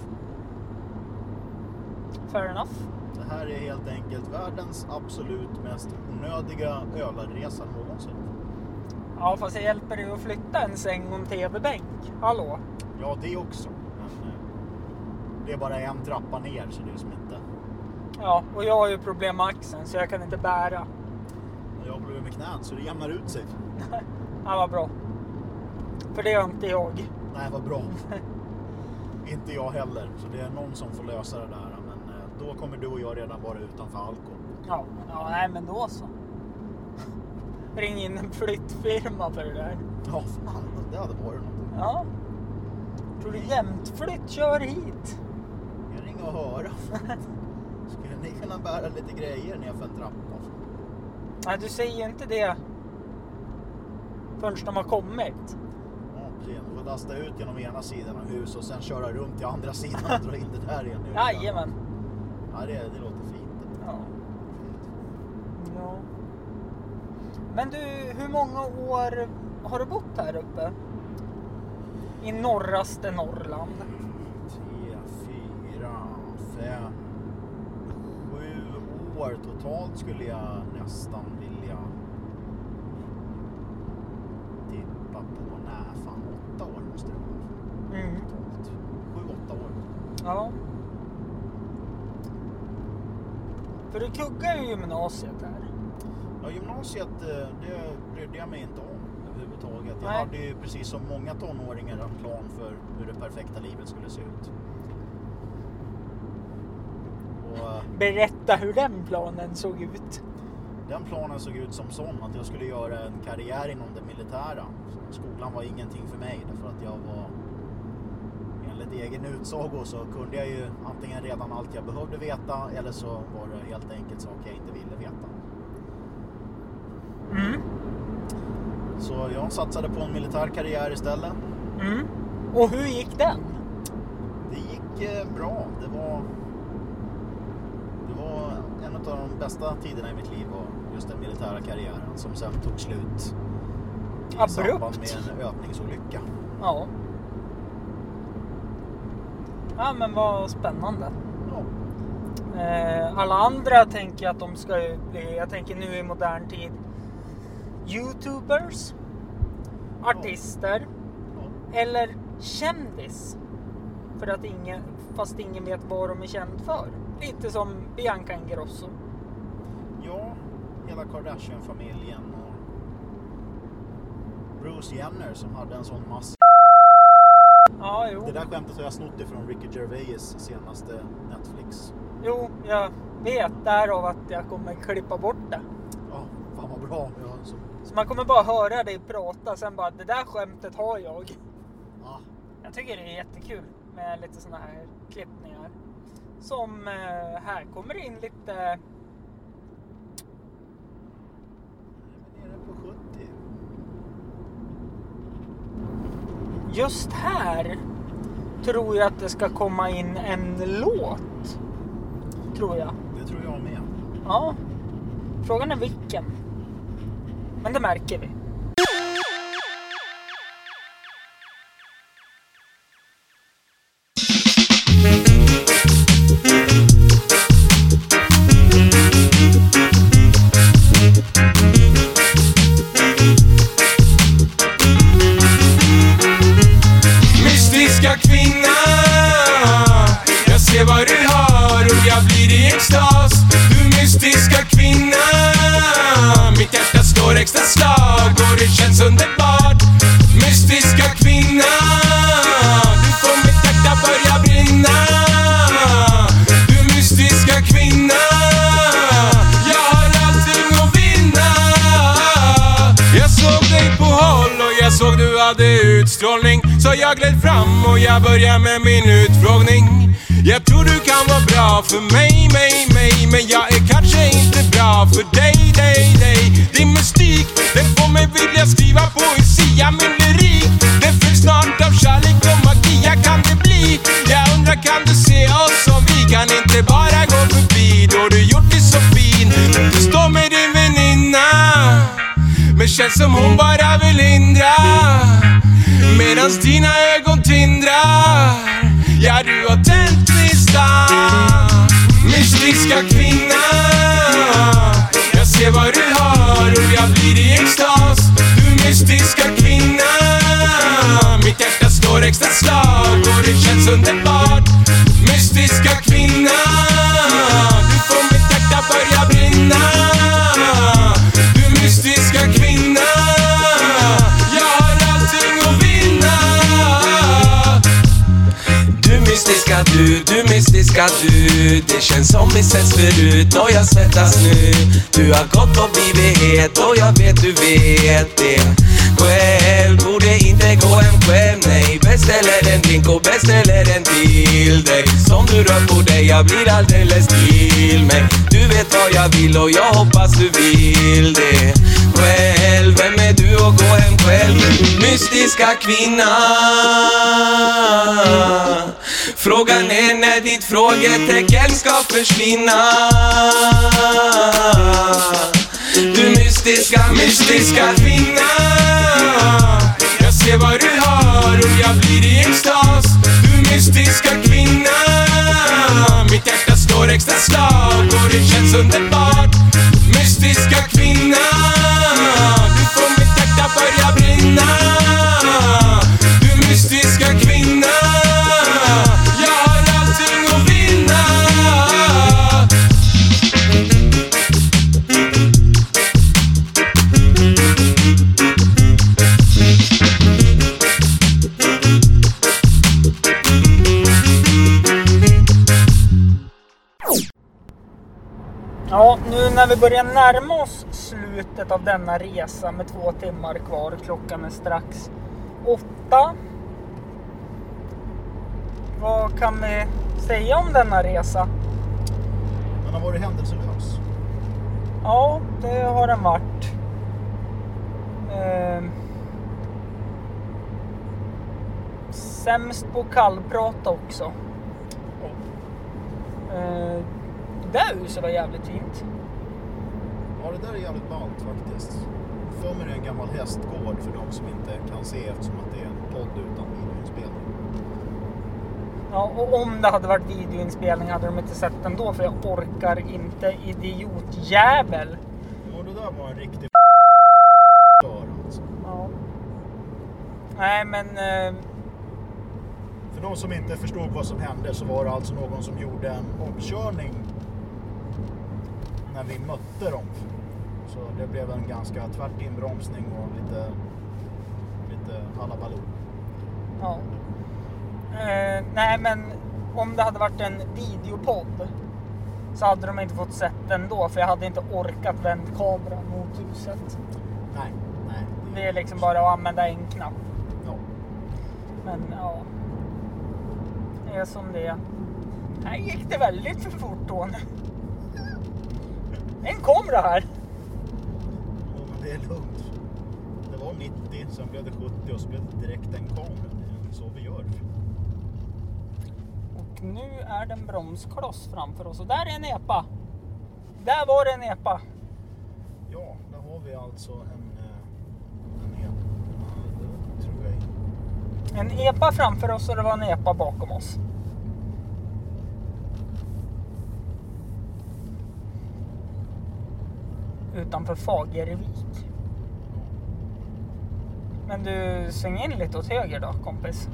Fair enough. Det här är helt enkelt världens absolut mest onödiga ölarresa någonsin. Ja, fast det hjälper ju att flytta en säng och en tv-bänk. Hallå? Ja, det också. Men eh, det är bara en trappa ner, så det är som inte... Ja, och jag har ju problem med axeln så jag kan inte bära. Jag har problem med knän, så det jämnar ut sig. Ja, vad bra. För det är inte jag. Nej, vad bra. Inte jag heller. Så det är någon som får lösa det där. Men eh, då kommer du och jag redan vara utanför Alko. Ja, ja nej men då så. Ring in en flyttfirma för det där. Ja, fan. Det hade varit något. Ja. Tror du jämtflytt kör hit? Jag ringer och höra. Skulle ni kunna bära lite grejer ner för en trappa? Nej, du säger inte det förrän de har kommit. Ja, precis. Du får lasta ut genom ena sidan av huset och sen köra runt till andra sidan och dra in det där igen. Jajamän. Ja, det, det låter fint. Ja. Ja. Men du, hur många år har du bott här uppe? I norraste Norrland? Tre, fyra, fem, sju år totalt skulle jag nästan vilja tippa på. Nej, fan, åtta år måste det vara. Mm. Totalt. Sju, åtta år. Ja. För du kuggar ju gymnasiet här. Ja, gymnasiet, det brydde jag mig inte om överhuvudtaget. Jag Nej. hade ju precis som många tonåringar en plan för hur det perfekta livet skulle se ut. Och Berätta hur den planen såg ut. den planen såg ut som sån att jag skulle göra en karriär inom det militära. Så skolan var ingenting för mig därför att jag var, enligt egen utsago så kunde jag ju antingen redan allt jag behövde veta eller så var det helt enkelt saker jag inte ville veta. Mm. Så jag satsade på en militär karriär istället. Mm. Och hur gick den? Det gick eh, bra. Det var det var en av de bästa tiderna i mitt liv och just den militära karriären som sen tog slut i Abrupt. samband med en övningsolycka. Ja. Ja, men vad spännande. Ja. Eh, alla andra tänker att de ska ju bli, jag tänker nu i modern tid, YouTubers, artister Ja. eller kändis. För att ingen, fast ingen vet vad de är känd för. Lite som Bianca Ingrosso. Ja, hela Kardashian-familjen och Bruce Jenner som hade en sån massa. Ja, jo. Det där skämtet har jag snott ifrån Ricky Gervais senaste Netflix. Jo, jag vet därav att jag kommer klippa bort det. Ja, fan vad bra. Ja, så. Så man kommer bara höra dig prata, sen bara, det där skämtet har jag. Ja. Jag tycker det är jättekul med lite såna här klippningar. Som eh, här kommer in lite... Nere på sjuttio. Just här tror jag att det ska komma in en låt. Tror jag. Det tror jag med. Ja. Frågan är vilken. Men det märker vi. Mystiska kvinna, jag ser vad du har och jag blir i extas. Du mystiska kvinna, mitt hjärta slår extra slag och det känns underbart. Mystiska kvinna, du får mitt hjärta börja brinna. Du mystiska kvinna, jag har allting att vinna. Jag såg dig på håll och jag såg du hade utstrålning, så jag gled fram och jag började med min utfrågning. Jag tror du kan vara bra för mig, mig, mig, men jag är kanske inte bra för dig, dig, dig. Din mystik, den får mig vilja skriva poesia, min lyrik. Den fylls snart av kärlek och magi, kan det bli kan inte bara gå förbi då du gjort det så fin. Du står med din väninna, men känns som hon bara vill hindra, medans dina ögon tindrar. Ja, du har tänt gnistan. Mystiska kvinna, jag ser vad du har och jag blir i extas. Du mystiska kvinna, mitt hjärta slår extra slag och det känns underbart. Mystiska kvinna, du får mitt hjärta börja brinna. Du mystiska kvinna, jag har allting att vinna. Du mystiska du, du mystiska du, det känns som vi setts förut och jag svettas nu. Du har gått och blivit het och jag vet du vet det. Själv borde inte gå hem själv, nej. Beställer en drink och beställer en till dig. Som du rör på dig, jag blir alldeles till mig. Du vet vad jag vill och jag hoppas du vill det. Själv, vem är du och gå hem själv? Mystiska kvinna, frågan är när ditt frågetecken ska försvinna. Du mystiska, mystiska kvinna, jag ser vad du har och jag blir i extas. Du mystiska kvinna, mitt hjärta slår extra slag och det känns underbart. Mystiska kvinna, du får mitt hjärta börja brinna. Du mystiska kvinna, jag har allting att vinna. Ja, nu när vi börjar närma oss slutet av denna resa med två timmar kvar, klockan är strax åtta. Vad kan vi säga om denna resa? Den har varit händelselös. Ja, det har den varit. Eh, sämst på kallprata också. Eh, det här huset var jävligt fint. Ja, det där är jävligt ballt faktiskt. För mig är det en gammal hästgård för de som inte kan se eftersom att det är en podd utan videoinspelning. Ja, och om det hade varit videoinspelning hade de inte sett den då, för jag orkar inte, idiotjävel. Ja, det där var en riktig för alltså. Ja. Nej, men... Eh... För de som inte förstod vad som hände så var det alltså någon som gjorde en omkörning när vi mötte dem. Så det blev en ganska tvärt inbromsning och lite, lite halabaloo. Ja. Eh, nej, men om det hade varit en videopodd så hade de inte fått sett den då, för jag hade inte orkat vända kameran mot huset. Nej, nej. Det är liksom bara att använda en knapp. Ja. Men ja, det är som det är. Här gick det väldigt för fort då. En kamera här. Ja, men det är lugnt. Det var nittio, sen blev det sjuttio och så blev det direkt en kamera. Det är så vi gör. Och nu är det en bromskloss framför oss. Och där är en epa. Där var det en epa. Ja, där har vi alltså en, en epa. Det tror jag. En epa framför oss och det var en epa bakom oss. Utanför Fagervik. Men du, sväng in lite åt höger då, kompis.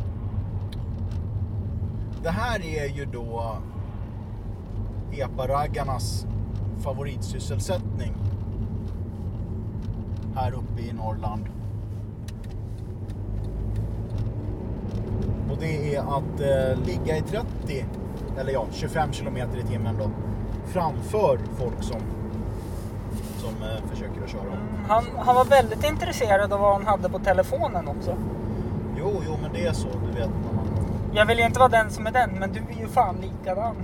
Det här är ju då epa-raggarnas favoritsysselsättning här uppe i Norrland. Och det är att eh, ligga i trettio, eller ja, tjugofem kilometer i timmen då, framför folk som som eh, försöker att köra om. Han, han var väldigt intresserad av vad han hade på telefonen också. Jo, jo, men det är så, du vet när man... Jag vill ju inte vara den som är den, men du är ju fan likadan.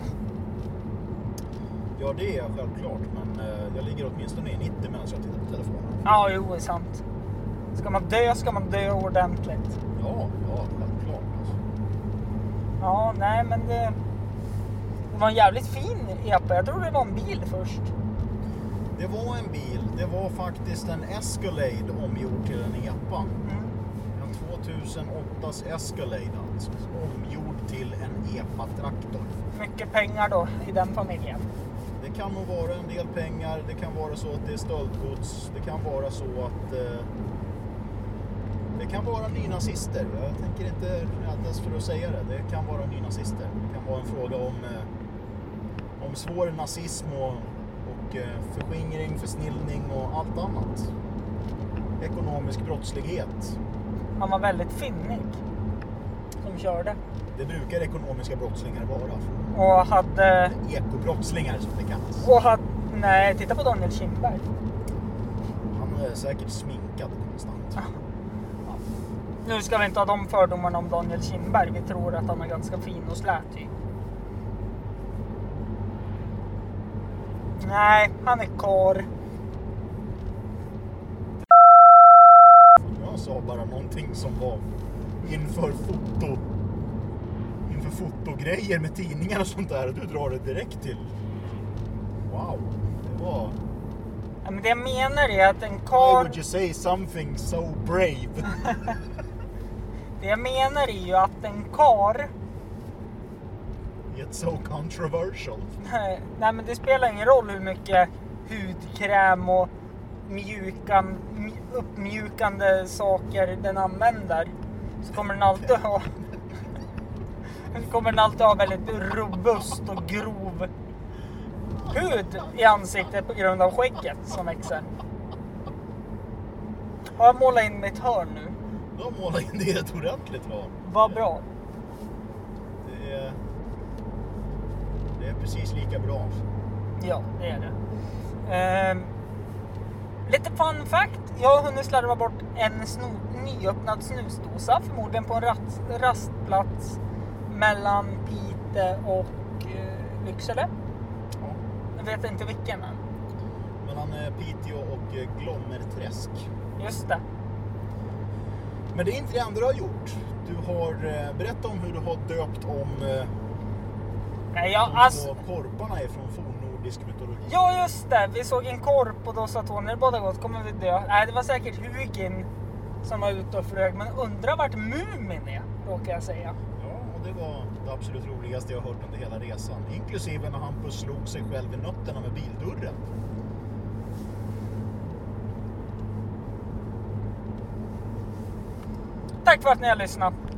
Ja, det är jag självklart, men eh, jag ligger åtminstone i nittio medan jag tittar på telefonen. Ja, jo, det är sant. Ska man dö ska man dö ordentligt. Ja, ja, självklart alltså. Ja, nej, men det, det var en jävligt fin epa. Jag tror det var en bil först. Det var en bil. Det var faktiskt en Escalade omgjord till en epa. Mm. En tjugohundraåttas Escalade alltså. Omgjord till en epa-traktor. Mycket pengar då i den familjen. Det kan nog vara en del pengar. Det kan vara så att det är stöldgods. Det kan vara så att eh, det kan vara nynazister. Jag tänker inte räddas för att säga det. Det kan vara nynazister. Det kan vara en fråga om, eh, om svår nazism och, och eh, förskingring, försnillning och allt annat. Ekonomisk brottslighet. Han var väldigt finnig som körde. Det brukar ekonomiska brottslingar vara. Och hade... Ekobrottslingar som det kallas. Och hade... Nej, titta på Daniel Kindberg. Han är säkert sminkad konstant. Ja. Nu ska vi inte ha de fördomarna om Daniel Kindberg. Vi tror att han är ganska fin och slät typ. Nej, han är kar. Jag sa bara någonting som var inför foto. Inför fotogrejer med tidningar och sånt där. Du drar det direkt till. Wow, det var... Ja, men det jag menar är att en Why kar... would you say something so brave? Det jag menar är ju att en kar... It's so controversial. Nej, men det spelar ingen roll hur mycket hudkräm och mjukan, uppmjukande saker den använder. Så kommer den alltid ha... kommer den alltid ha väldigt robust och grov hud i ansiktet på grund av skägget som växer. Har jag målat in mitt hörn nu? De målar in det ett ordentligt hörn. Vad bra. Det är, det är precis lika bra. Ja, det är det. Ehm, lite fun fact. Jag har hunnit slarva bort en sno- nyöppnad snusdosa. Förmodligen på en rast, rastplats mellan Pite och eh, Lycksele. Ja. Jag vet inte vilken än. Mellan eh, Piteå och eh, Glommerträsk. Just det. Men det är inte det enda du har gjort. Du har eh, berättat om hur du har döpt om eh, Nej, jag, de alltså, två korparna ifrån fornnordisk mytologi. ja, just det. Vi såg en korp och då sa Tony, när det båda gott kommer vi dö. Nej, det var säkert Hugin som var ute och flög. Men undrar vart Mumin är, råkar jag säga. Ja, och det var det absolut roligaste jag har hört under hela resan. Inklusive när Hampus slog sig själv i nötterna med bildörren. Tack för att ni har lyssnat.